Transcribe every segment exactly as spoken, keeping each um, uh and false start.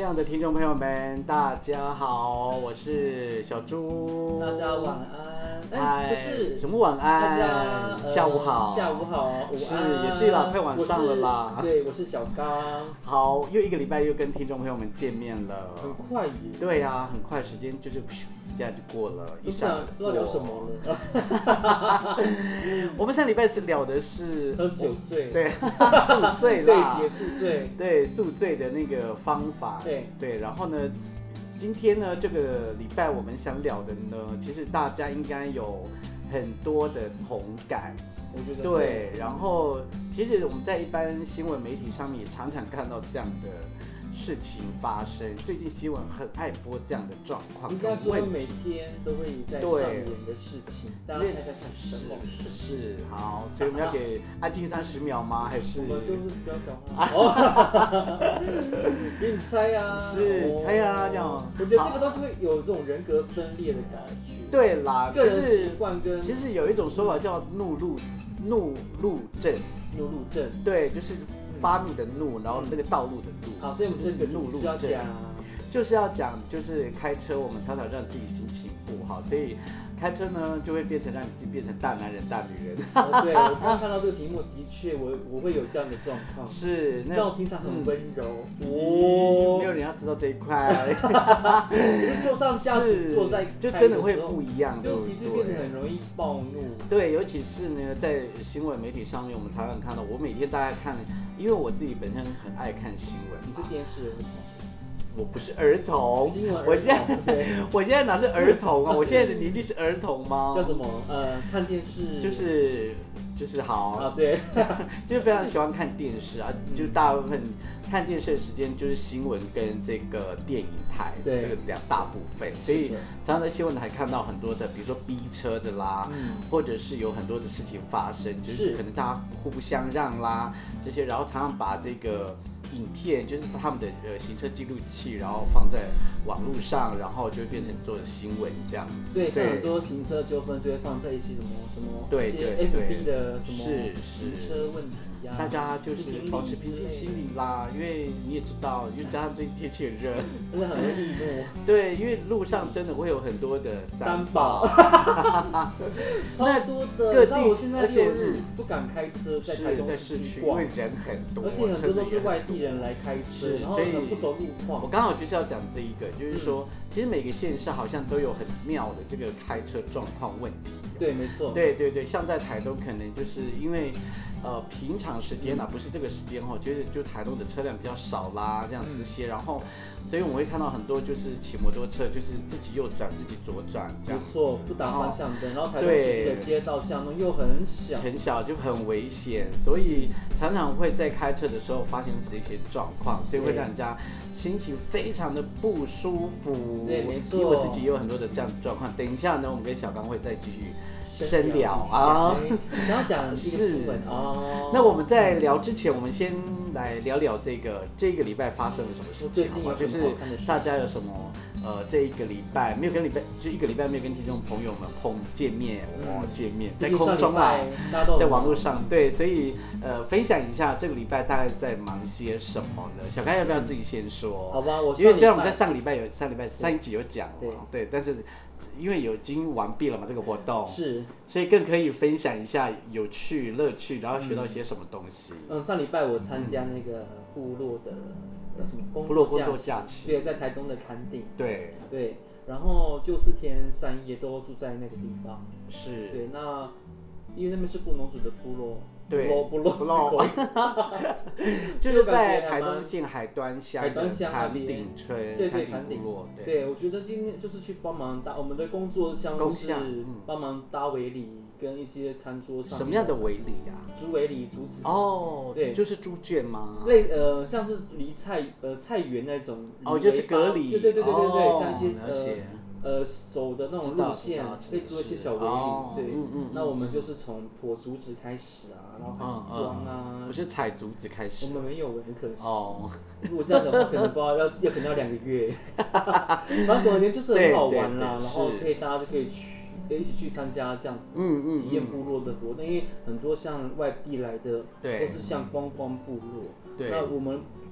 上的听众朋友们，大家好，我是小猪。 大家晚安。 哎， 不是什么晚安？ 大家、呃、 下午好。 下午好，午是安。 也是啦，快晚上了啦。 对，我是小刚。 好，又一个礼拜又跟听众朋友们见面了。 很快耶。 对啊，很快，时间就是这样就过了，一下不知道聊什么了。 我们上礼拜是聊的是喝酒醉， 对，宿醉啦， 对，解宿醉， 对，宿醉的那个方法， 对对，然后呢，今天呢这个礼拜我们想聊的呢，其实大家应该有很多的同感。 我觉得对, 对，然后其实我们在一般新闻媒体上面也常常看到这样的事情发生，最近新闻很爱播这样的状况。 应该说每天都会在上演的事情，大家猜猜看是什么？ 是好，所以我们要给安静三十秒吗？还是？ 我们就是不要讲话。给你猜啊！ 是猜啊，这样。 我觉得这个都是会有这种人格分裂的感觉。 对啦， 个人习惯跟其实有一种说法叫怒路怒路症。 怒路症。对， 就是。发怒的怒，然后那个道路的路。 好，所以我们这个怒路症就是要讲，就是开车，我们常常让自己心情不好，所以开车呢就会变成让你自己变成大男人、大女人。 哦、对，我刚看到这个题目，的确我我会有这样的状况。 是， 那我平常很温柔， 哦，没有人要知道这一块。 坐上驾驶座在就真的会不一样， 就脾气变得很容易暴怒。 对，尤其是呢，在新闻媒体上面，我们常常看到，我每天大概看，因为我自己本身很爱看新闻。 你是电视人吗？ 我不是儿童， 新闻儿童我现在我现在哪是儿童啊？我现在的年纪是儿童吗？ 叫什么？呃，看电视就是就是好啊，对， 就是非常喜欢看电视啊，嗯、就是大部分看电视的时间就是新闻跟这个电影台， 对， 这个两大部分，所以常常在新闻台看到很多的，比如说逼车的啦，嗯、或者是有很多的事情发生，就是可能大家互不相让啦这些，然后常常把这个。影片就是他们的呃行车记录器，然后放在网络上，然后就会变成做新闻这样子。 所以像很多行车纠纷就会放在一些什么什么对对 F B 的什么行车问题呀、啊， 大家就是保持平静心理啦，因为你也知道，因为加上最近天气很热， 真的很容易怒。 对，因为路上真的会有很多的三宝， 超多的。 各地， 我现在六日不敢开车在台中市区，因逛， 为人很多， 而且很多都是外地人来开车，然后很不熟路况。 我刚好就是要讲这一个，就是说，嗯、其实每个县市好像都有很妙的这个开车状况问题。 对，没错。 对对对，像在台东，可能就是因为，呃，平常时间啊，不是这个时间哈，就是就台东的车辆比较少啦，这样子些，然后，所以我们会看到很多就是骑摩托车，就是自己右转，自己左转这样。 没错，不打方向灯，然后台东市的街道巷弄又很小， 很小就很危险，所以常常会在开车的时候发生这些状况，所以会让人家心情非常的不舒服。 对，没错。 因为我自己也有很多的这样的状况。等一下呢，我们跟小刚会再继续。深聊啊， 你想要讲是哦。 那我们在聊之前，我们先来聊聊这个这一个礼拜发生了什么事情，好吗？就是大家有什么呃，这一个礼拜没有跟礼拜，就一个礼拜没有跟听众朋友们碰见面，哦，见面在空中啦，在网络上，对，所以呃，分享一下这个礼拜大概在忙些什么呢？小开要不要自己先说？ 好吧，我因为虽然我们在上个礼拜有上礼拜上一集有讲了，对，但是。因为已经完毕了嘛，这个活动是， 所以更可以分享一下有趣、乐趣，然后学到一些什么东西。 嗯，上礼拜我参加那个部落的呃什么部落工作假期， 对，在台东的崁顶。 对对，然后就四天三夜都住在那个地方。 是。 对，那因为那边是布农族的部落。 对， 不落不落，就是在台东县海端乡的崁顶村， 对对，崁顶部落。 对，我觉得今天就是去帮忙搭我们的工作项目是帮忙搭围篱跟一些餐桌上。 什么样的围篱啊？ 竹围篱、竹子。 哦，对，就是猪圈吗？ 类呃，像是离菜呃菜园那种。 哦，就是隔离。 对对对对对对，像一些呃。呃，走的那种路线，可以做一些小围篱，对，嗯嗯。那我们就是从破竹子开始啊，然后开始装啊。 不是采竹子开始。 我们没有，很可惜。哦。如果这样的话，可能不知道要要可能要两个月。反正总而言之就是很好玩啦，然后可以大家就可以去，可以一起去参加这样，嗯嗯，体验部落的活动，因为很多像外地来的，都是像观光部落。对。那我们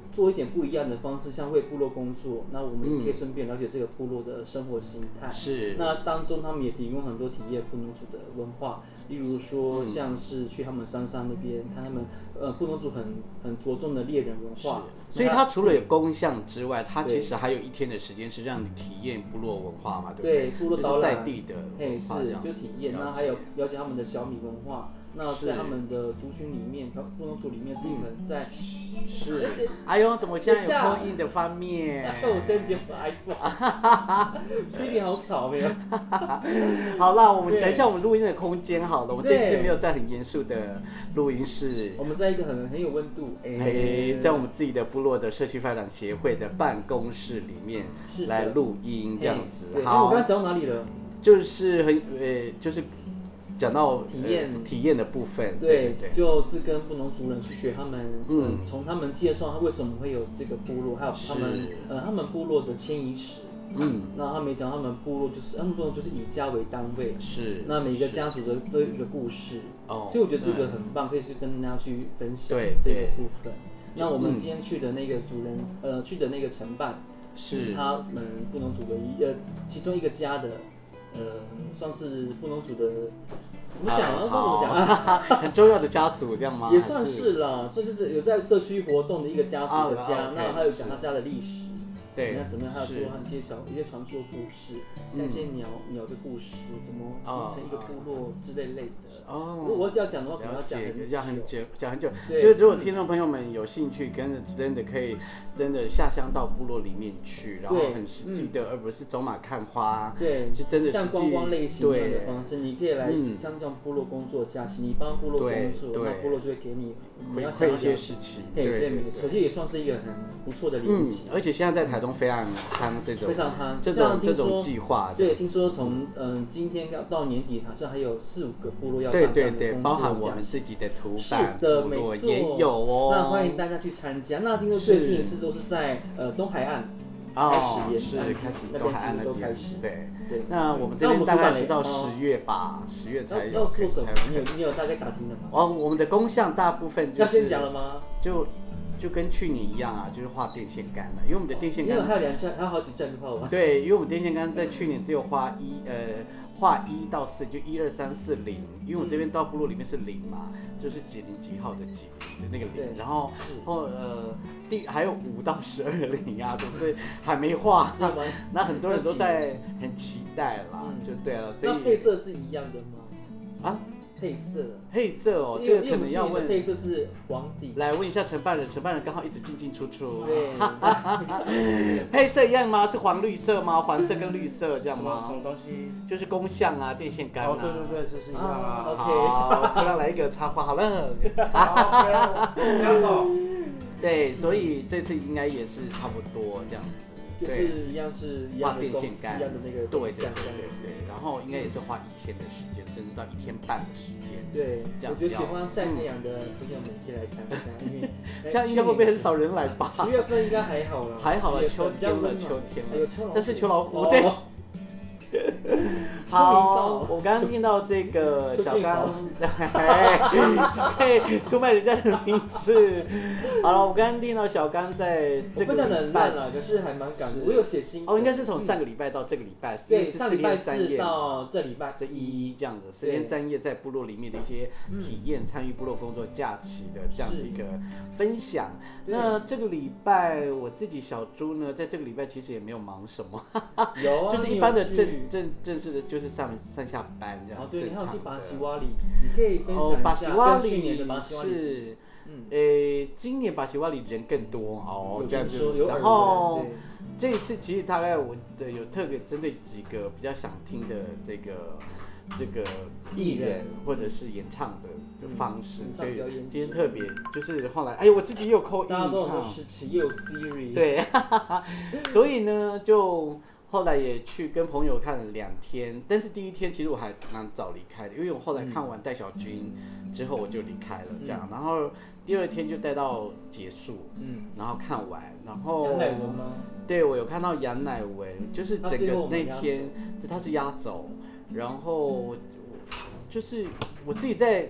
做一点不一样的方式，像为部落工作，那我们也可以顺便了解这个部落的生活形态。 是。 那当中他们也提供很多体验布农族的文化，例如说像是去他们山上那边看他们呃布农族很很着重的猎人文化。 所以它除了有工项之外，它其实还有一天的时间是让你体验部落文化嘛，对不对？ 对，部落导览， 在地的文化这样。 是就体验，那还有了解他们的小米文化。那在他们的族群里面，布农族里面是一门在是。哎呦，怎么现在有播音的方面？ 我先接 iPhone，C B 好吵没有？ 好啦，我们等一下我们录音的空间好了，我们这次没有在很严肃的录音室， 我们在一个很很有温度， 哎，在我们自己的部落的社区发展协会的办公室里面来录音这样子。 好，我刚刚讲到哪里了？ 就是很呃，就是。讲到体验、 呃、体验的部分， 对，对对就是跟布农族人去学他们，嗯，从他们介绍他为什么会有这个部落，还有他们呃他们部落的迁移史，嗯，那他们也讲他们部落就是他们部落就是以家为单位， 是， 那每一个家族的都有一个故事，哦，所以我觉得这个很棒，可以去跟大家去分享这个部分。那我们今天去的那个主人，呃，去的那个承办是他们布农族的一呃其中一个家的。呃，算是布农族的，怎么讲啊？不怎么讲啊？ 很重要的家族这样吗？ 也算是啦，所以就是有在社区活动的一个家族的家，那还有讲他家的历史。对，那怎么样？还有说一些小一些传说故事，像一些鸟鸟的故事，怎么形成一个部落之类类的。哦，如果我只要讲的话，可能要讲很久， 讲很久。就是如果听众朋友们有兴趣，跟着真的可以真的下乡到部落里面去，然后很实际的，而不是走马看花。 对， 就真的像观光类型的方式，你可以来像这样部落工作假期，你帮部落工作，那部落就会给你回馈一些事情。 对对，没错，这也算是一个很不错的连接。 而且现在在台东。非常夯这种， 非常夯， 这种这种计划。 对，听说从嗯今天要到年底，好像还有四五个部落要办这样的工作假期。对对对， 包含我们自己的土版部落也有哦。 那欢迎大家去参加。那听说最近是都是在呃东海岸开始演， 是开始东海岸那边。对对。 那我们这边大概是到十月吧，十月才有。 要做什么？你有你有大概打听了吗？ 哦，我们的工项大部分就是。 要先讲了吗？ 就。就跟去年一样啊，就是画电线杆了，因为我们的电线杆， 因为还有两站，还有好几站画完。 对，因为我们电线杆在去年只有画一呃画一到四，就一二三四零，因为我这边到部落里面是零嘛，就是几零几号的几零的那个零，然后后呃第还有五到十二零啊，总是还没画，那很多人都在很期待啦，就对了，所以那配色是一样的吗？啊？配色， 配色哦，这个可能要问。 配色是黄底。 来问一下承办人，承办人刚好一直进进出出。 对。 配色一样吗？是黄绿色吗？黄色跟绿色这样吗？ 什么东西？ 就是工项啊，电线杆啊。 哦，对对对，这是一样啊。 好，突然来一个插花，好了。 好，不要走。 对，所以这次应该也是差不多这样子。 就是一样是一样的电线杆， 一样的那个对对对对，然后应该也是花一天的时间，甚至到一天半的时间。 对，我觉得喜欢晒太阳的朋友们可以来参加，因为这样应该会不会很少人来吧？ 十月份应该还好了， 还好了，秋天了，秋天了，但是秋老虎对。 好，我刚刚听到这个小刚，对，出卖人家的名字。好了，我刚刚听到小刚在这个礼拜， 可是还蛮感动。我有写信哦，应该是从上个礼拜到这个礼拜， 对，上礼拜四到这礼拜这一这样子，四天三夜在部落里面的一些体验，参与部落工作假期的这样的一个分享。那这个礼拜我自己小猪呢，在这个礼拜其实也没有忙什么， 有就是一般的正正正式的，就是上上下班这样。 哦，对，你还有去巴西瓦里，你可以分享一下。 巴西瓦里去年的巴西瓦里是，嗯，诶，今年巴西瓦里人更多哦，这样子。然后这一次其实大概我的有特别针对几个比较想听的这个这个艺人或者是演唱的的方式，所以今天特别就是后来，哎呦，我自己又扣音， 大家都很时期又有 Siri， 对，所以呢就。后来也去跟朋友看了两天，但是第一天其实我还蛮早离开的，因为我后来看完戴小军之后我就离开了这样，嗯、然后第二天就待到结束，嗯，然后看完，然后杨乃文吗？ 对，我有看到杨乃文，就是整个那天，他是压轴，然后就是我自己在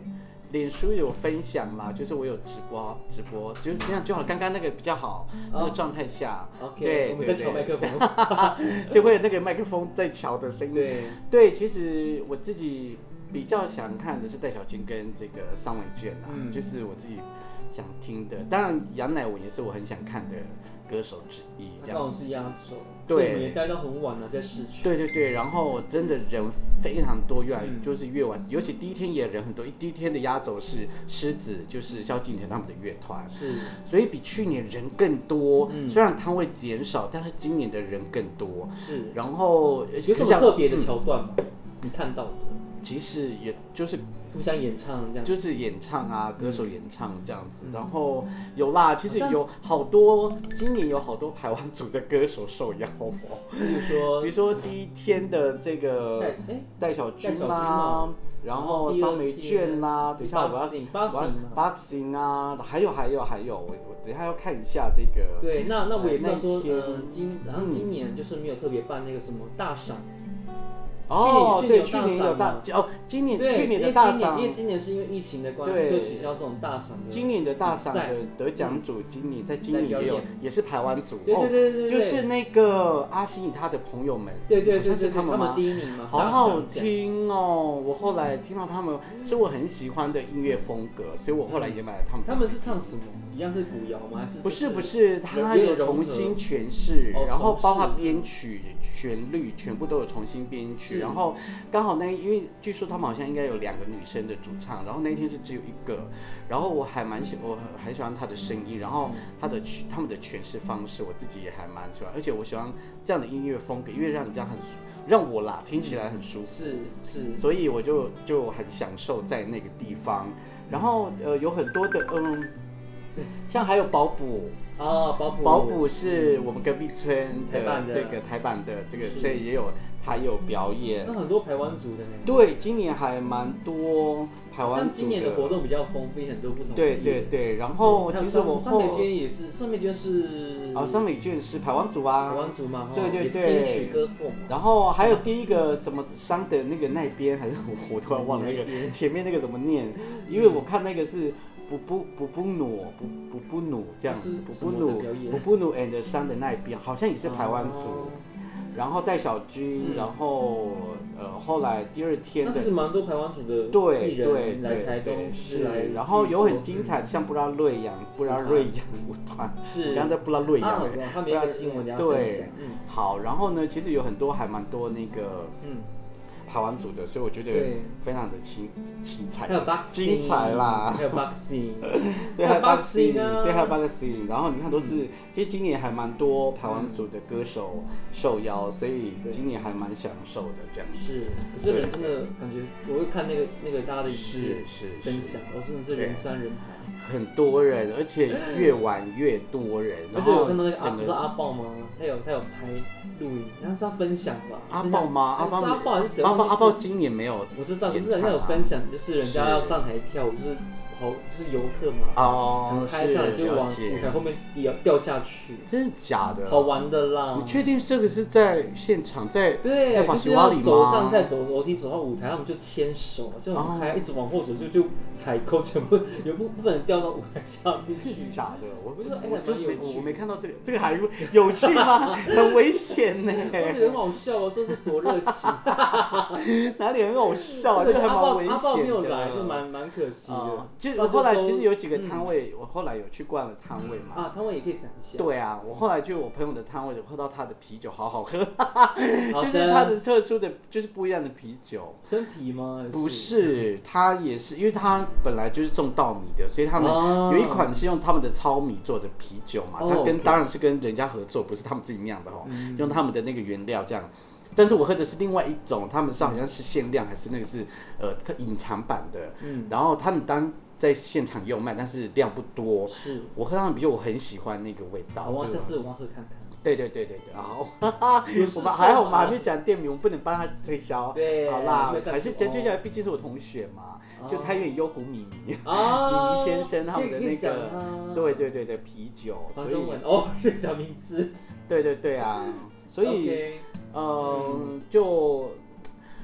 脸书有分享啦，就是我有直播，直播就是这样就好。刚刚那个比较好，那个状态下， ，OK， 对， 我们在调麦克风， 就会有那个麦克风在调的声音。 对， 对，其实我自己比较想看的是戴小军跟这个桑维卷啊，嗯、就是我自己想听的。当然，杨乃文也是我很想看的歌手之一。这样刚好是压轴， 对， 我们也待到很晚了，在市区。 对对对，然后真的人非常多，越来就是越晚，尤其第一天也人很多。第一天的压轴是狮子，就是萧敬腾他们的乐团， 是， 所以比去年人更多。嗯、虽然摊位减少，但是今年的人更多。 是， 然后有什么特别的桥段吗？嗯、你看到的？ 其实也就是互相演唱这样， 就是演唱啊，歌手演唱这样子。嗯、然后有啦，其实有好多，今年有好多台湾组的歌手受邀哦。 比如说， 比如说第一天的这个戴小军啦，然后桑梅卷啦，等一下我要我要 boxing 啊，还有还有还有，我我等一下要看一下这个。 对，那那我也知道说，呃，今然后今年就是没有特别办那个什么大赏。 哦，对，去年有大哦，今年去年的大赏， 因为今年是因为疫情的关系，就取消这种大赏的。 今年的大赏的得奖组，今年在今年也有，也是台湾组， 对对对对， 就是那个阿信他的朋友们， 对对对， 是他们吗？ 第一名嘛， 好好听哦！我后来听到他们是我很喜欢的音乐风格，所以我后来也买了他们。 他们是唱什么？一样是古谣吗？还是不是不是，他有重新诠释，然后包括编曲、旋律全部都有重新编曲，然后刚好那因为据说他们好像应该有两个女生的主唱，然后那一天是只有一个，然后我还蛮喜我还喜欢她的声音，然后她的他们的诠释方式我自己也还蛮喜欢，而且我喜欢这样的音乐风格，因为让人家很让我啦听起来很舒服， 是是， 所以我就就很享受在那个地方，然后呃有很多的嗯。像还有保卜啊，保卜， 保卜是我们隔壁村的这个台版的这个，所以也有他有表演。 那很多排湾族的呢？ 对，今年还蛮多排湾族的。 像今年的活动比较丰富，很多不同的。 对对对，然后其实我上美娟也是，上美娟是啊，上美娟是排湾族啊， 排湾族嘛， 对对对， 金曲歌后。 然后还有第一个什么商的那个那边还是我我突然忘了那个前面那个怎么念，因为我看那个是。不不不不努不不不努这样子，不不努不不努 and 山的那一边好像也是台湾族，哦、然后戴小军，嗯、然后呃后来第二天的， 那是蛮多台湾族的艺人来台东是，然后有很精彩的像布拉瑞扬布拉瑞扬舞团， 是， 刚才布拉瑞扬， 他们有个新闻对，嗯、好，然后呢，其实有很多还蛮多那个嗯。台湾组的，所以我觉得非常的精精彩，精彩啦， 还有 boxing， 对，还有 boxing， 对，还有 boxing， 然后你看都是，其实今年还蛮多台湾组的歌手受邀，所以今年还蛮享受的这样。 是，可是人真的感觉，我会看那个那个大家的影片分享，我真的是人山人海， 很多人，而且越晚越多人。 而且我看到那个阿不是阿豹吗？他有他有拍录影，他是要分享吧？ 阿豹吗？阿豹， 阿豹还是谁？ 阿豹今年没有， 我知道，可是人家有分享，就是人家要上台跳舞，就是好，就是游客嘛， 哦， 开上来就往舞台后面掉掉下去， 真的假的？ 好玩的啦！ 你确定这个是在现场，在对， 在马戏瓦里吗？ 走上再走楼梯走到舞台，他们就牵手，就很开，一直往后走，就就踩扣，全部有部部分人掉到舞台下面去。 假的，我我就说哎， 我就蛮有趣， 我没看到这个，这个还有趣吗？很危险呢， 我觉得很好笑哦，说是多热情， 哪里很好笑？这还蛮危险的。 阿豹没有来，就蛮蛮可惜的。 就后来其实有几个摊位，我后来有去逛了摊位嘛。 啊，摊位也可以讲一下。 对啊，我后来去我朋友的摊位，喝到他的啤酒好好喝，就是他的特殊的，就是不一样的啤酒。 生啤吗？ 不是，他也是，因为他本来就是种稻米的，所以他们有一款是用他们的糙米做的啤酒嘛。他跟当然是跟人家合作，不是他们自己酿的哦，用他们的那个原料这样。但是我喝的是另外一种，他们是好像是限量还是那个是呃隐藏版的，嗯，然后他们当在现场也有卖，但是量不多。是，我喝他们啤酒，我很喜欢那个味道。 哇，这是我要喝看看。 对对对对对，好，我们还好，我们还没讲店名，我们不能帮他推销。 对， 好啦，还是接下来毕竟是我同学嘛，就他愿意优谷米米，米米先生他们的那个，对对对对啤酒， 所以哦，是小名字。 对对对啊，所以。嗯，就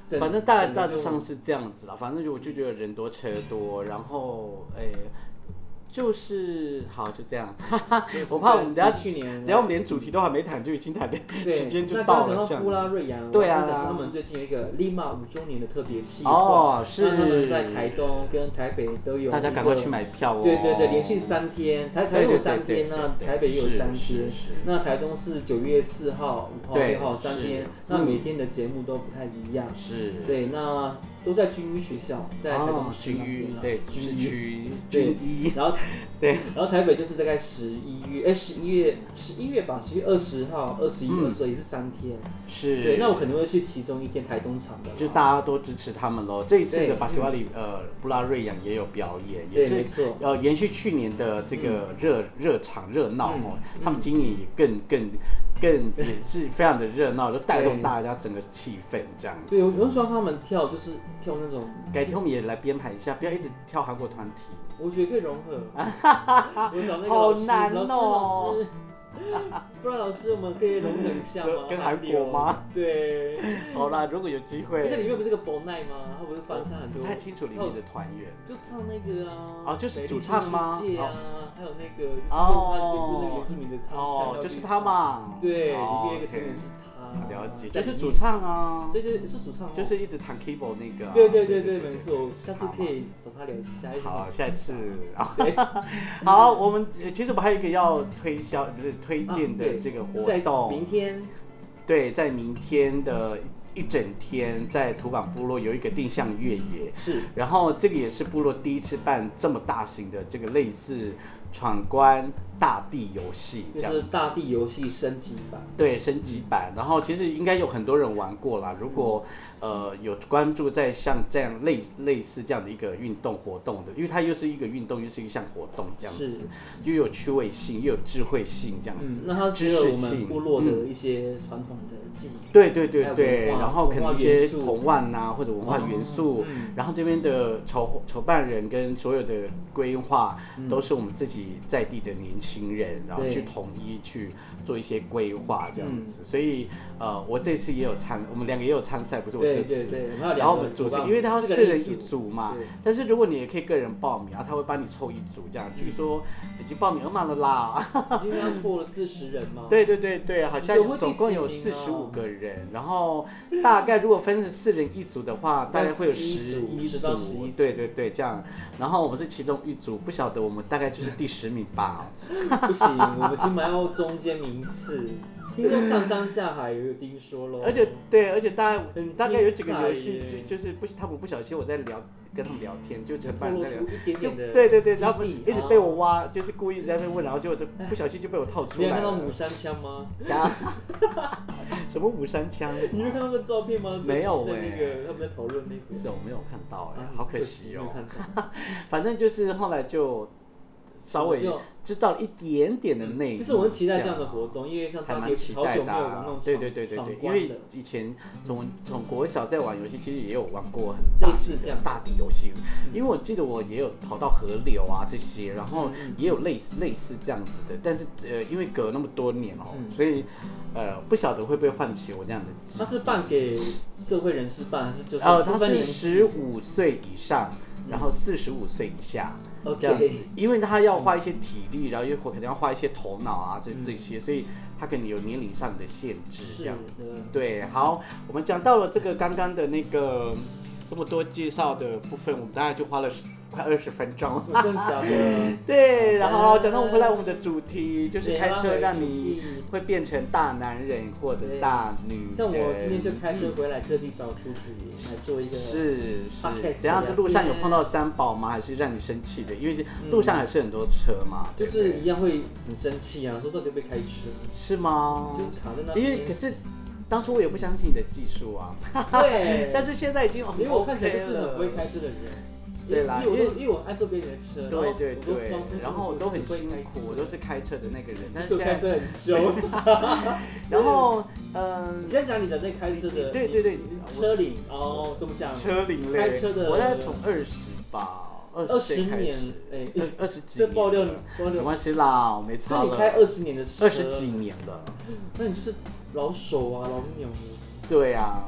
反正大概大致上是这样子啦。反正我就觉得人多车多，然后哎。就是好，就这样。我怕我们等下去年， 等下我们连主题都还没谈，就已经谈的时间就到了。 那刚刚讲到布拉瑞扬， 对啊， 讲他们最近有一个 Lima 五周年的特别企划， 哦，是。 他们在台东跟台北都有， 大家赶快去买票哦。 对对对，连续三天，台台有三天，那台北也有三天。那台东是九月四号、五号、六号三天，那每天的节目都不太一样。 是。 对，那。都在军医学校，在台东军医，对，军医， 军医， 然后对， 然后台北就是大概十一月，哎，十一月，十一月吧，十一月二十号、二十一、二十二也是三天， 是， 对，那我可能会去其中一天台东场的， 就大家都支持他们喽。这一次的巴西瓦里，呃，布拉瑞扬也有表演，也是呃延续去年的这个热热场热闹哦，他们今年也更更。更也是非常的热闹，就带动大家整个气氛这样子。 对，我很喜欢他们跳，就是跳那种。 改天我们也来编排一下，不要一直跳韩国团体。 我觉得可以融合。我找那个老师， 难哦、 老师，不然老师我们可以融合一下吗？ 跟韩国吗？ 对。 好啦，如果有机会。 而且里面不是个 Bonai 吗？他不是翻唱很多。 不太清楚里面的团员。 就唱那个啊。 哦，就是主唱吗？ 啊，还有那个就是那个原住民的唱。 哦，就是他嘛。 对，里面一个成员是他。 了解，就是主唱啊。 对对，是主唱。 就是一直弹 keyboard 那个。 对对对对，没错。下次可以找他聊一下。 好，下一次。好，我们其实我们还有一个要推销，不是推荐的这个活动。 明天。 对，在明天的一整天，在土坂部落有一个定向越野。 是。 然后这个也是部落第一次办这么大型的这个类似闯关大地游戏， 就是大地游戏升级版。 对，升级版。然后其实应该有很多人玩过啦。如果呃有关注在像这样类类似这样的一个运动活动的，因为它又是一个运动，又是一项活动这样子，又有趣味性，又有智慧性这样子。 嗯，那它只有我们部落的一些传统的技艺。 对对对对，然后可能一些童玩呐、啊、或者文化元素， 嗯、 然后这边的筹筹办人跟所有的规划都是我们自己在地的年轻人，然后去统一去做一些规划这样子。嗯、所以呃，我这次也有参，我们两个也有参赛，不是我这次。 对对对， 然后我们组成，因为它四人一组嘛，但是如果你也可以个人报名啊，他会帮你凑一组这样。据说已经报名额满了啦， 已经要过了四十人嘛。 对对对对，好像总共有四十五个人，然后大概如果分成四人一组的话，大概会有十一组，对对对，这样。然后我们是其中一组，不晓得我们大概就是第十名吧。 不行，我们起码要中间名次。听说上山下海有听说咯， 而且对，而且大概大概有几个游戏就就是不，他们不小心我在聊跟他们聊天，就承办人在聊，就对对对，然后一直被我挖，就是故意在那边问，然后就就不小心就被我套出来了。 你有看到母山枪吗？ 什么母山枪？ 你没有看到那个照片吗？ 没有哎、 欸，那个他们在讨论那个， 是我没有看到哎、欸，好可惜哦、 喔。 反正就是后来就。稍微知道了一点点的内容， 就是我很期待这样的活动，因为像还蛮期待的、啊。对对对对对，因为以前从从国小在玩游戏，其实也有玩过很类似这样大地游戏。因为我记得我也有跑到河流啊这些，然后也有类似类似这样子的，但是呃，因为隔了那么多年哦、喔，嗯、所以呃不晓得会不会唤起我这样的。 他是办给社会人士办，还是就是？ 哦，他是十五岁以上，然后四十五岁以下。这样子，因为他要花一些体力，然后又可能要花一些头脑啊，这这些，所以他可能有年龄上的限制，这样子。对，好，我们讲到了这个刚刚的那个这么多介绍的部分，我们大概就花了快二十分钟。 真的假的？ 对，然后讲到我们回来我们的主题，就是开车让你会变成大男人或者大女人。 像我今天就开车回来，特地找出去来做一个。 是是。等下这路上有碰到三宝吗？还是让你生气的？因为路上还是很多车嘛。 嗯、就是一样会很生气啊，说到底会不会开车？ 是吗？ 就是卡在那边。 因为可是。当初我也不相信你的技术啊， 对， 但是现在已经因为我看起来就是很不会开车的人， 对啦， 因为我因为我爱坐别人的车， 对对对，然后我都很辛苦，我都是开车的那个人，但是现在开车很凶， 然后嗯， 你先讲你的那开车的， 对对对， 车龄哦，怎么讲？ 车龄嘞， 开车的， 我大概从二十吧。 二十年，哎， 二十几， 这爆料爆料， 没关系啦，我没差了。 那你开二十年的车， 二十几年了， 那你就是老手啊，老鸟了。 对啊，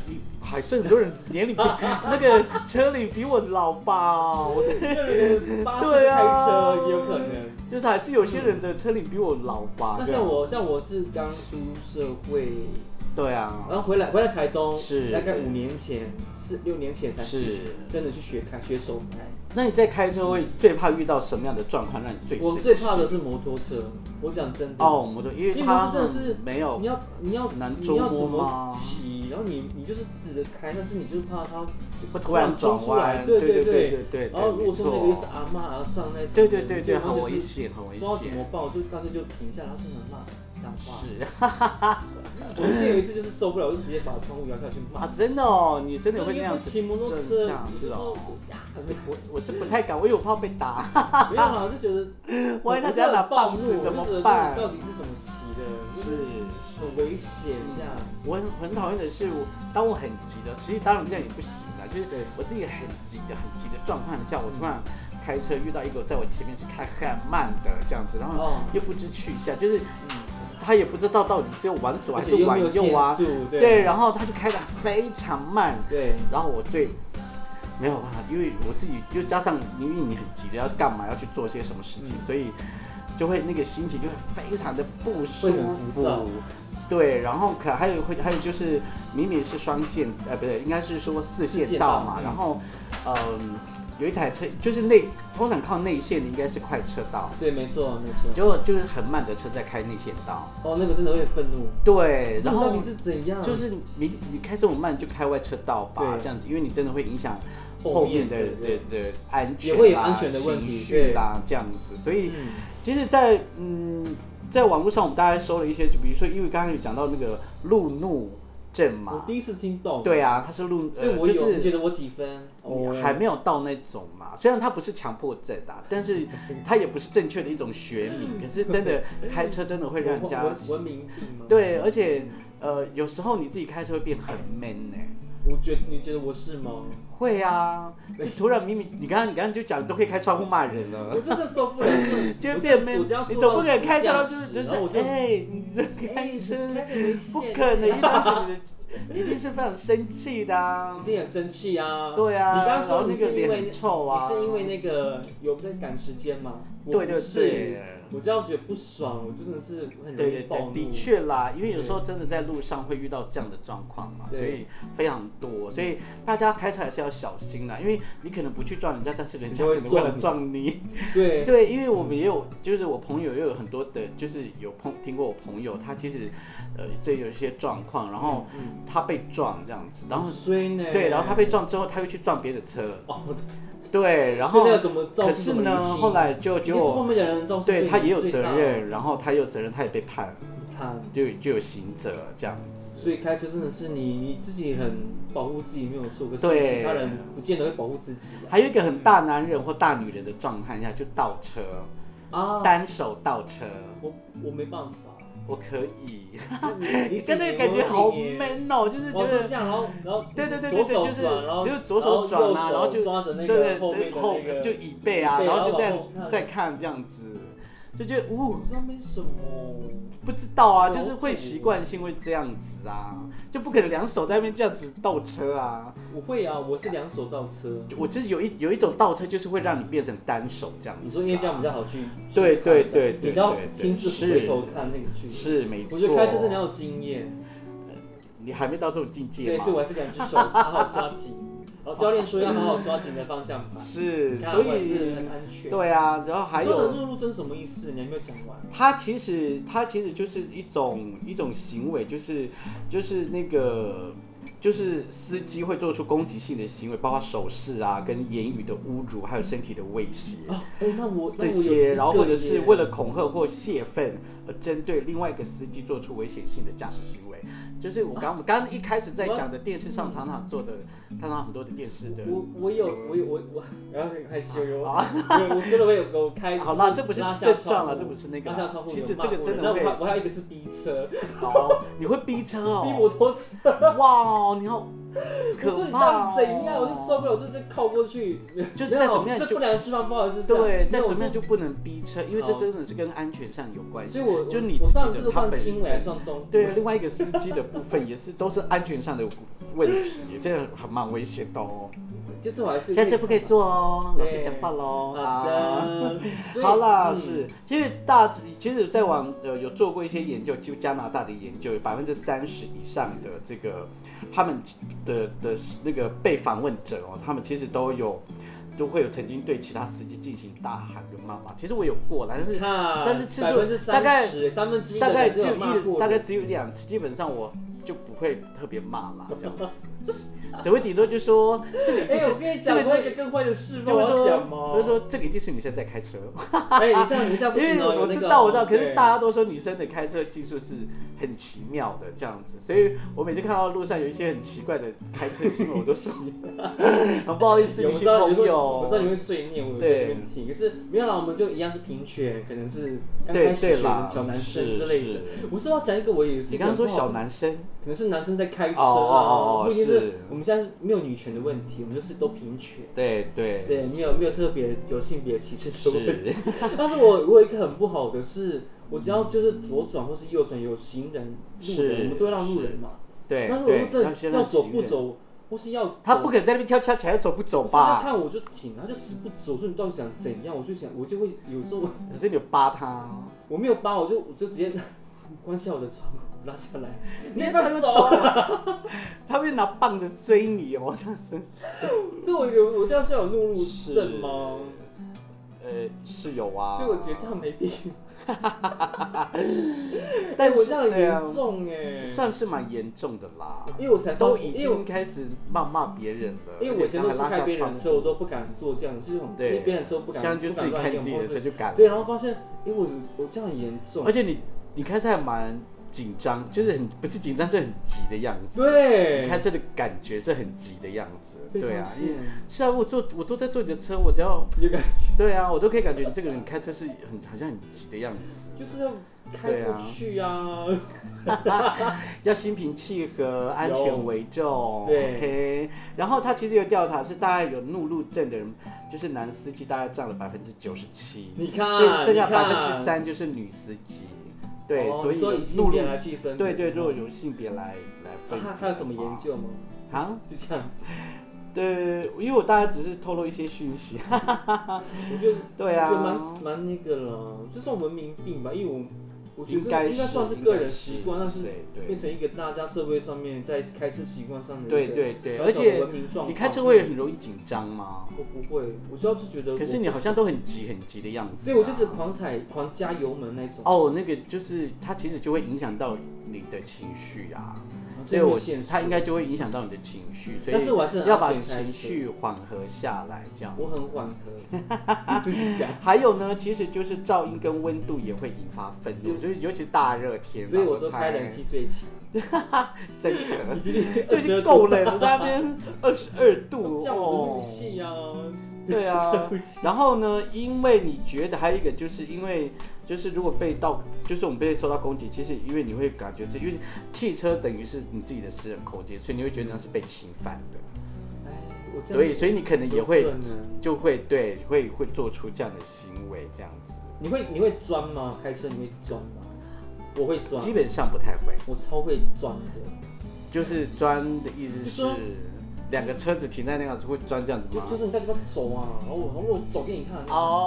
你还是很多人年龄比那个车龄比我老吧？我八十开车也有可能， 就是还是有些人的车龄比我老吧。 那像我，像我是刚出社会。 对啊， 然后回来回来台东， 是大概五年前，是六年前才是真的去学开学手开。 那你在开车会最怕遇到什么样的状况让你最？ 我最怕的是摩托车。我讲真的。 哦，摩托，因为它真的是没有， 你要你要难你要怎捉摸么骑，然后你你就是指着开，但是你就是怕它会突然转弯， 对对对对对。 然后如果说那个又是阿嬷啊上那种， 对对对对，很危险，很危险。 不知道怎么办，我就干脆就停下来，然后就能骂脏话。 是， 哈哈哈。我记得有一次就是受不了，我就直接把窗户摇下去骂。 啊，真的哦，你真的会那样子？ 骑摩托车， 这样子哦。我我是不太敢，因为我怕被打。 没有啦，我就觉得， 万一他家拿棒子怎么办？ 到底是怎么骑的？ 是很危险这样。 我很很讨厌的是，我当我很急的，其实当然这样也不行啦，就是我自己很急的、很急的状况下，我突然开车遇到一个在我前面是开很慢的这样子，然后又不知去向，就是。他也不知道到底是往左还是往右啊， 对, 对，然后他就开得非常慢， 对， 然后我对没有办法，因为我自己又加上因为你很急的要干嘛要去做些什么事情，嗯、所以就会那个心情就会非常的不舒服，对，然后可还有会还有就是明明是双线，呃，不对，应该是说四线道嘛，然后嗯。有一台车，就是内通常靠内线的应该是快车道， 对，没错没错， 就就是很慢的车在开内线道。 哦，那个真的会愤怒。 对，然后到底是怎样？ 就是你你开这么慢就开外车道吧，这样子，因为你真的会影响后面的的的安全啦、 也会有安全的问题情绪啦这样子。所以其实，在嗯在网络上我们大概搜了一些，就比如说，因为刚刚有讲到那个路怒症嘛， 我第一次听懂。 对啊，它是路， 所以我有，就是你觉得我几分？ 哦，还没有到那种嘛。虽然它不是强迫症啊，但是它也不是正确的一种学名。可是真的开车真的会让人家文明病吗？ 对，而且呃，有时候你自己开车会变很 man 呢、欸。 我觉得你觉得我是吗？ 会啊，就突然明明你刚刚你刚刚就讲都可以开窗户骂人了， 我真的受不了， 就变 man，你总不可能开车就是就是哎，你这开车不可能，一般是你的。一定是非常生气的啊！ 一定很生气啊！ 对啊， 你刚刚说那个脸很臭啊！ 你是因为那个有在赶时间吗？ 对对对， 我这样觉得不爽，我真的是很容易暴怒。 的确啦，因为有时候真的在路上会遇到这样的状况嘛，所以非常多，所以大家开车还是要小心啦，因为你可能不去撞人家，但是人家可能为了撞你。 对对，因为我们也有，就是我朋友也有很多的，就是有碰听过我朋友，他其实呃这有一些状况，然后他被撞这样子，然后对，然后他被撞之后，他又去撞别的车。对，然后可是呢，后来就就对他也有责任，然后他也有责任，他也被判，判就就有刑责这样子。 所以开车真的是你你自己很保护自己没有错，可是其他人不见得会保护自己。 还有一个很大男人或大女人的状态下就倒车啊，单手倒车， 我我没办法。 我可以，你跟那个感觉好 man 哦，就是觉得这样，然后然后对对对对对，就是就是左手转啊，然后就抓着那个后面的那个就椅背啊，然后就这样再看这样子，就觉得呜， 这没什么， 不知道啊，就是会习惯性会这样子啊，就不可能两手在那边这样子倒车啊。 我会啊，我是两手倒车， 我就是有一有一种倒车，就是会让你变成单手这样子。 你说因为这样比较好去， 对对对对， 你要亲自回头看那个去， 是没错。 我觉得开车真的要有经验， 你还没到这种境界对，所以我还是两只手好好抓紧。哦，教练说要好好抓紧的方向盘， 是，所以是很安全。 对啊，然后还有说的路怒症什么意思？你还没有讲完。 它其实它其实就是一种一种行为，就是就是那个。就是司机会做出攻击性的行为，包括手势啊、跟言语的侮辱，还有身体的威胁。 啊，哎、欸，那我这些，然后或者是为了恐吓或泄愤而针对另外一个司机做出危险性的驾驶行为。就是我刚我们刚刚一开始在讲的电视上常常做的，看到很多的电视的。 我我有我有我我，然后很害羞有，我真的会有有开。 好啦，这不是最撞了，这不是那个。 拉下窗户。 其实这个真的会。 我还有一个是逼车。 哦，你会逼车哦？ 逼摩托车。 哇，你好可怕哦！ 怎样？我就受不了，我就再靠过去。 就是再怎么样就不良示范，不好意思。 对，再怎么样就不能逼车，因为这真的是跟安全上有关系。 所以我就你自己的他本轻微还算重。 对，另外一个司机的部分也是都是安全上的问题，这个还蛮危险的哦。 就是我还是下次不可以做哦，老师讲话喽。 好的， 好啦，是，其实大，其实在网呃有做过一些研究，就加拿大的研究，有百分之三十以上的这个他们的的那个被访问者哦，他们其实都有。都会有曾经对其他司机进行大喊跟骂骂，其实我有过啦，但是但是次数大概三分之一， 大概只有一大概只有两次，基本上我就不会特别骂啦，这样子。只会顶多就说这个一定是， 哎、我跟你讲过一个更坏的事吗？ 就是说， 就是说这个一定是女生在开车。 哎、你这样你这样不行哦， 因为我知道我知道，可是大家都说女生的开车技术是很奇妙的这样子，所以我每次看到路上有一些很奇怪的开车新闻，我都说很不好意思，女性朋友， 我知道你会碎念，我有这个问题，可是没有啦，我们就一样是平权，可能是刚开始学小男生之类的。我是要讲一个，我也是。 你刚刚说小男生， 可能是男生在开车啊， 不一定是我们现在没有女权的问题，我们就是都平权。 对对对，没有没有特别有性别歧视的问题。但是我我有一个很不好的是，我只要就是左转或是右转有行人路人，我们都会让路人嘛。 对， 那如果这要走不走，或是要他不可能在那边跳恰恰要走不走吧？ 他看我就停，他就死不走，说你到底想怎样？我就想，我就会有时候， 可是你有扒他， 我没有扒，我就我就直接关下我的窗户。拉下来，你也不要走啊！ 他会拿棒子追你哦，这样子。 所以我有我这样是有怒路症吗？ 呃，是有啊。 所以我觉得这样没必要。但我这样很严重哎， 算是蛮严重的啦。 因为我才都已经开始骂骂别人了。 因为我以前都是开别人的车，我都不敢做这样，是这种因为别人的车不敢， 现在就自己开自己的车就敢。 对，然后发现，因为我我这样很严重， 而且你你开车还蛮。紧张就是很不是紧张，是很急的样子。 对， 你开车的感觉是很急的样子。对啊，是啊，我坐我都在坐你的车，我只要有感觉。 对啊，我都可以感觉你这个人开车是很好像很急的样子。 就是要开过去啊， 要心平气和，安全为重。 对 ，OK。然后他其实有调查是大概有怒路症的人，就是男司机大概占了百分之九十七。 你看， 所以剩下百分之三就是女司机。对， 哦、 所以以性别来区分。 对对，如果有性别来来分、 啊，他有什么研究吗？ 啊， 就这样。 对，因为我大概只是透露一些讯息。 我觉得， 对啊， 我觉得蛮蛮那个了，这算文明病吧，因为我。我觉得应该算是个人习惯，但是变成一个大家社会上面在开车习惯上的对对对，而且你开车会很容易紧张吗？ 我不会，我主要是觉得。 可是你好像都很急很急的样子。 所以我就是狂踩狂加油门那种。 哦，那个就是它其实就会影响到你的情绪啊。所以我它应该就会影响到你的情绪，所以要把情绪缓和下来，这样。 我很缓和，自己讲。 还有呢，其实就是噪音跟温度也会引发愤怒，就是尤其是大热天， 所以我都开冷气最强。 真的，就已经够冷了，那边二十二度哦。降气啊。 对啊，然后呢，因为你觉得还有一个就是因为。就是如果被到，就是我们被受到攻击，其实因为你会感觉这，因为汽车等于是你自己的私人空间，所以你会觉得那是被侵犯的。所以，所以你可能也会就会对，会会做出这样的行为，这样子。 你会你会钻吗？开车你会钻吗？我会钻。 基本上不太会。 我超会钻的。就是钻的意思是。两个车子停在那个会钻这样子吗？ 就是你在这边走啊，然后我然后我走给你看。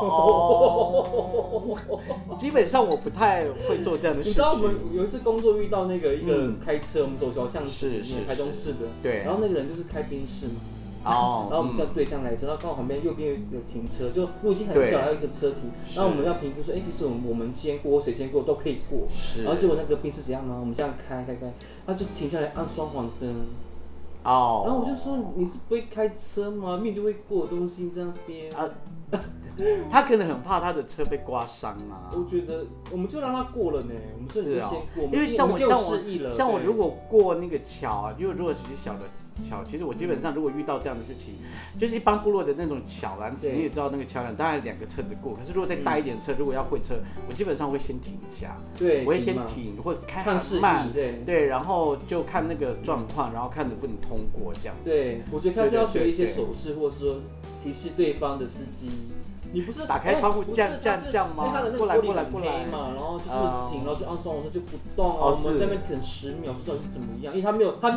哦哦。基本上我不太会做这样的事情。 你知道我们有一次工作遇到那个一个开车，我们走小巷子，台中市的。 对。 然后那个人就是开宾士嘛。 哦。 然后我们这样对向来车，然后刚好旁边右边有停车，就路已经很小，还有一个车停。然后我们要评估说，哎，其实我们我们先过，谁先过都可以过。 是。 然后结果那个宾士怎样呢？我们这样开开开，他就停下来按双黄灯。 哦， oh. 然后我就说你是不会开车吗？命就会过的东西在那边。啊， 他可能很怕他的车被刮伤啊。 我觉得我们就让他过了呢，我们是先过， 因为像我像我像我如果过那个桥啊，因为如果是小的桥，其实我基本上如果遇到这样的事情，就是一般部落的那种桥栏，你也知道那个桥栏大概两个车子过，可是如果再大一点的车，如果要会车，我基本上会先停一下， 对， 我会先停，或开很慢， 对对，然后就看那个状况，然后看能不能通过这样子。 对，我觉得他是要学一些手势，或者说提示对方的司机。你不是打开窗户这样这样这样吗？过来过来过来嘛，然后就是停，然后就按双黄灯就不动啊。我们在那边等十秒，到底是怎么样？因为他没有他没有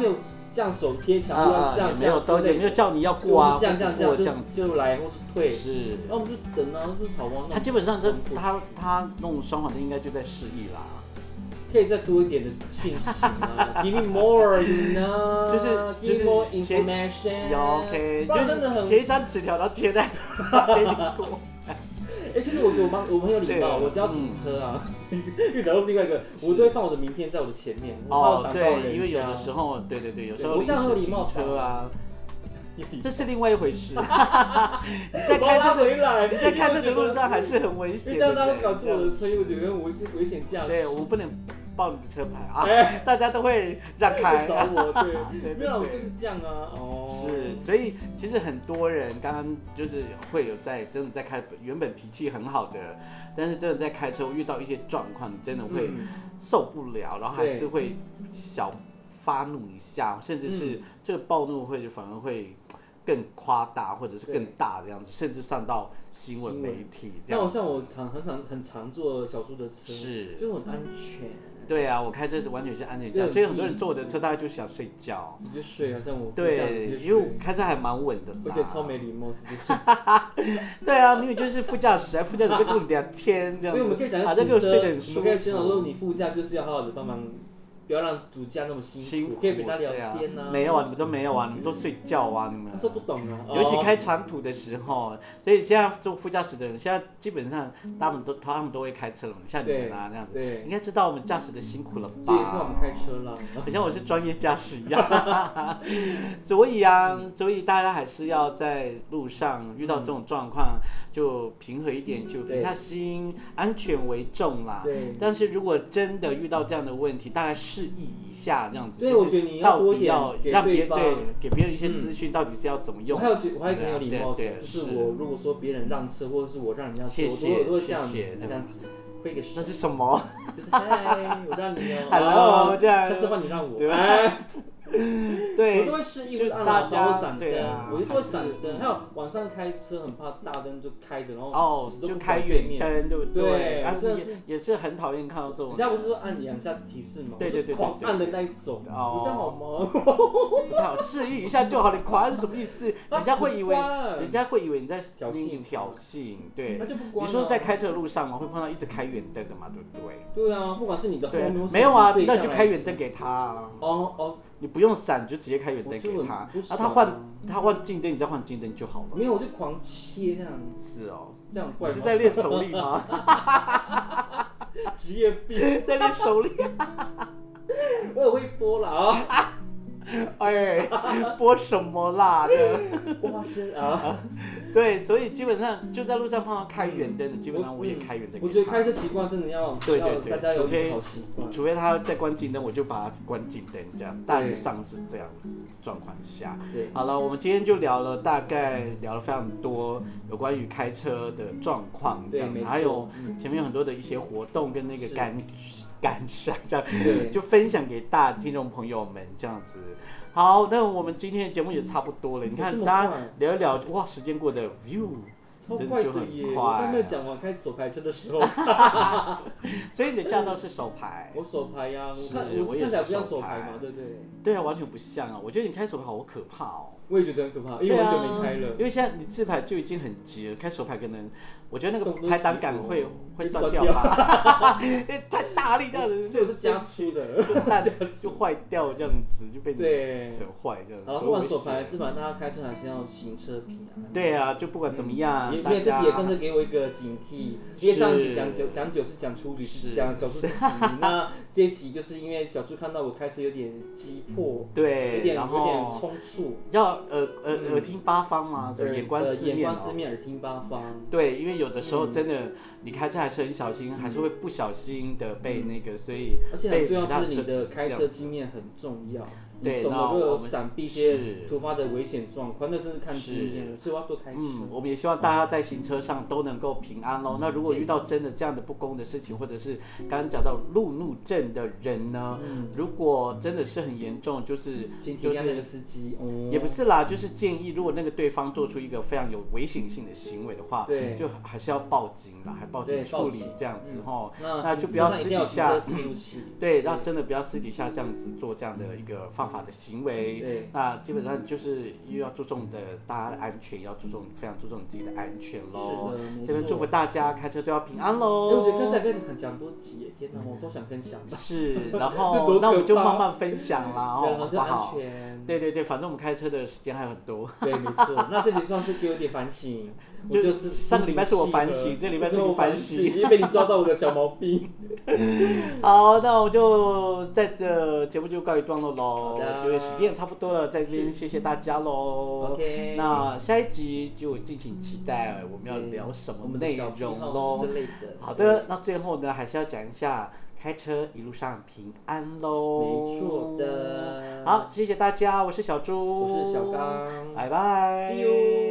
这样手贴墙，啊、这样没有都也没有叫你要过啊， 这样这样这样这样就就来或是退， 是， 然后我们就等啊，就跑光。 他基本上这他他弄双黄灯应该就在示意啦。 可以再多一点的讯息吗 ？Give me more, you know， 就是就是 give more information。 OK， 就是写一张纸条，然后贴在给你过。 哎，其实我觉得我蛮我很有礼貌，我只要停车啊，又找到另外一个，我都会放我的名片在我的前面。 哦，对，因为有的时候，对对对，有时候临时停车啊。这是另外一回事。你在开车的，你在开车的路上还是很危险的。 这样大家搞错我的车，我觉得我是危险驾驶。 对，我们不能报你的车牌啊，大家都会让开。 找我，对，没有，我就是这样啊。哦， 是，所以其实很多人刚刚就是会有在真的在开，原本脾气很好的，但是真的在开车遇到一些状况，你真的会受不了，然后还是会小发怒一下，甚至是这个暴怒会反而会更夸大，或者是更大的样子，甚至上到新闻媒体这样。 那我像我常很常很常坐小猪的车， 是， 就很安全。 对啊，我开车是完全是安全驾，所以很多人坐我的车，大概就想睡觉， 直接睡啊，像我对，因为我开车还蛮稳的， 我觉得超没礼貌，直接睡。 对啊，明明就是副驾驶，副驾驶跟我们聊天这样子， 因为我们可以讲啊，这个睡得很舒服。 我们可以宣导说，你副驾就是要好好的帮忙。不要让主驾那么辛苦，辛苦可以陪他聊天啊。 没有啊，你们都没有啊，你们都睡觉啊，你们。 他说不懂啊。 尤其开长途的时候，所以现在做副驾驶的人，现在基本上他们都他们都会开车了，像你们啊那样子， 对， 应该知道我们驾驶的辛苦了吧？ 所以是我们开车了， 好像我是专业驾驶一样。所以啊，所以大家还是要在路上遇到这种状况，就平和一点，就平下心，安全为重啦。 对。 但是如果真的遇到这样的问题，大概示意一下这样子。 对，我觉得你要多一点让别人对给别人一些资讯，到底是要怎么用。 我还有我还有很有礼貌的，就是我如果说别人让车，或者是我让人家车，我都会这样这样子挥个手。 那是什么？ 就是嗨，我让你哦。 Hello， 这样。 下次换你让我。 对。 对，我都会示意，就是按喇叭或闪灯，我就是会闪灯。还有晚上开车很怕大灯就开着，然后哦就开远灯，对不对？ 对， 然后也也是很讨厌看到这种。 人家不是说按两下提示吗？ 对对对， 狂按的那一种，你这样好吗？ 不太好，示意一下就好。你狂按是什么意思？人家会以为，人家会以为你在挑衅， 挑衅，对。 那就不关。 你说在开车的路上嘛，会碰到一直开远灯的嘛，对不对？ 对啊，不管是你的后面， 没有啊，那你就开远灯给他啊。 哦哦。 你不用闪，就直接开远灯给他，然后他换他换近灯，你再换近灯就好了。 没有，我就狂切这样。 是哦， 这样怪吗？ 你是在练手力吗？ 职业病， 在练手力。 我也会播了啊。 哎，播什么啦的？ 花生啊。 对，所以基本上就在路上碰到开远灯的，基本上我也开远灯。 我觉得开车习惯真的要， 对对对， 大家有好习惯。 除非他在关近灯，我就把它关近灯，这样大致上是这样子状况下。 对， 好了，我们今天就聊了大概聊了非常多有关于开车的状况，这样子，还有前面有很多的一些活动跟那个感感想，这样就分享给大听众朋友们这样子。好，那我们今天的节目也差不多了。你看，大家聊一聊，哇，时间过得 view 真的就很快。 我还没有讲完开手排车的时候。 所以你的驾照是手排？ 我手排呀， 是， 我看起来不像手排嘛，对不对？ 对啊，完全不像啊！我觉得你开手排好可怕哦。 我也觉得很可怕，因为我很久没开了。 因为现在你自排就已经很急了，开手排可能，我觉得那个排挡杆会会断掉吧，因为太大力这样子， 这是加粗的， 就坏掉这样子，就被你扯坏这样。 好了，不管手排自排，大家开车还是要行车平安。 对啊，就不管怎么样， 因为自己也算是给我一个警惕。因为上一集讲九讲九是讲处理，讲小猪自己，那这一集就是因为小猪看到我开车有点急迫， 对， 有点有点冲促， 要耳耳耳听八方嘛，眼观四面， 眼观四面，耳听八方。 对，因为有的时候真的你开车还是很小心，还是会不小心的被那个，所以而且很重要是你的开车经验很重要。 对， 懂得如何闪避一些突发的危险状况，那真是看经验了，所以我要多开车。 嗯，我们也希望大家在行车上都能够平安喽。那如果遇到真的这样的不公的事情，或者是刚刚讲到路怒症的人呢，嗯、如果真的是很严重，就是就是那个司机， 也不是啦，就是建议如果那个对方做出一个非常有危险性的行为的话， 对， 就还是要报警啦，还报警处理这样子吼。 嗯、 那就不要私底下， 嗯、 对，让真的不要私底下这样子做这样的一个放犯法的行为。 对， 那基本上就是又要注重的大家的安全，要注重非常注重自己的安全喽。 是的， 这边祝福大家开车都要平安喽。 哎，我觉得刚才跟你讲多集，天哪，我都想分享。 是，然后那我们就慢慢分享啦，哦，好不好？对对对，反正我们开车的时间还有很多。 对，没错。那这集算是给我点反省， 就是上个礼拜是我反省，这礼拜是我反省， 因为被你抓到我的小毛病。 好，那我就在这节目就告一段落喽，因为时间也差不多了，在这边谢谢大家喽。 OK， 那下一集就敬请期待我们要聊什么内容喽。好的，那最后呢还是要讲一下。开车一路上平安喽！ 没错的。 好，谢谢大家，我是小猪， 我是小刚， 拜拜 ，See you。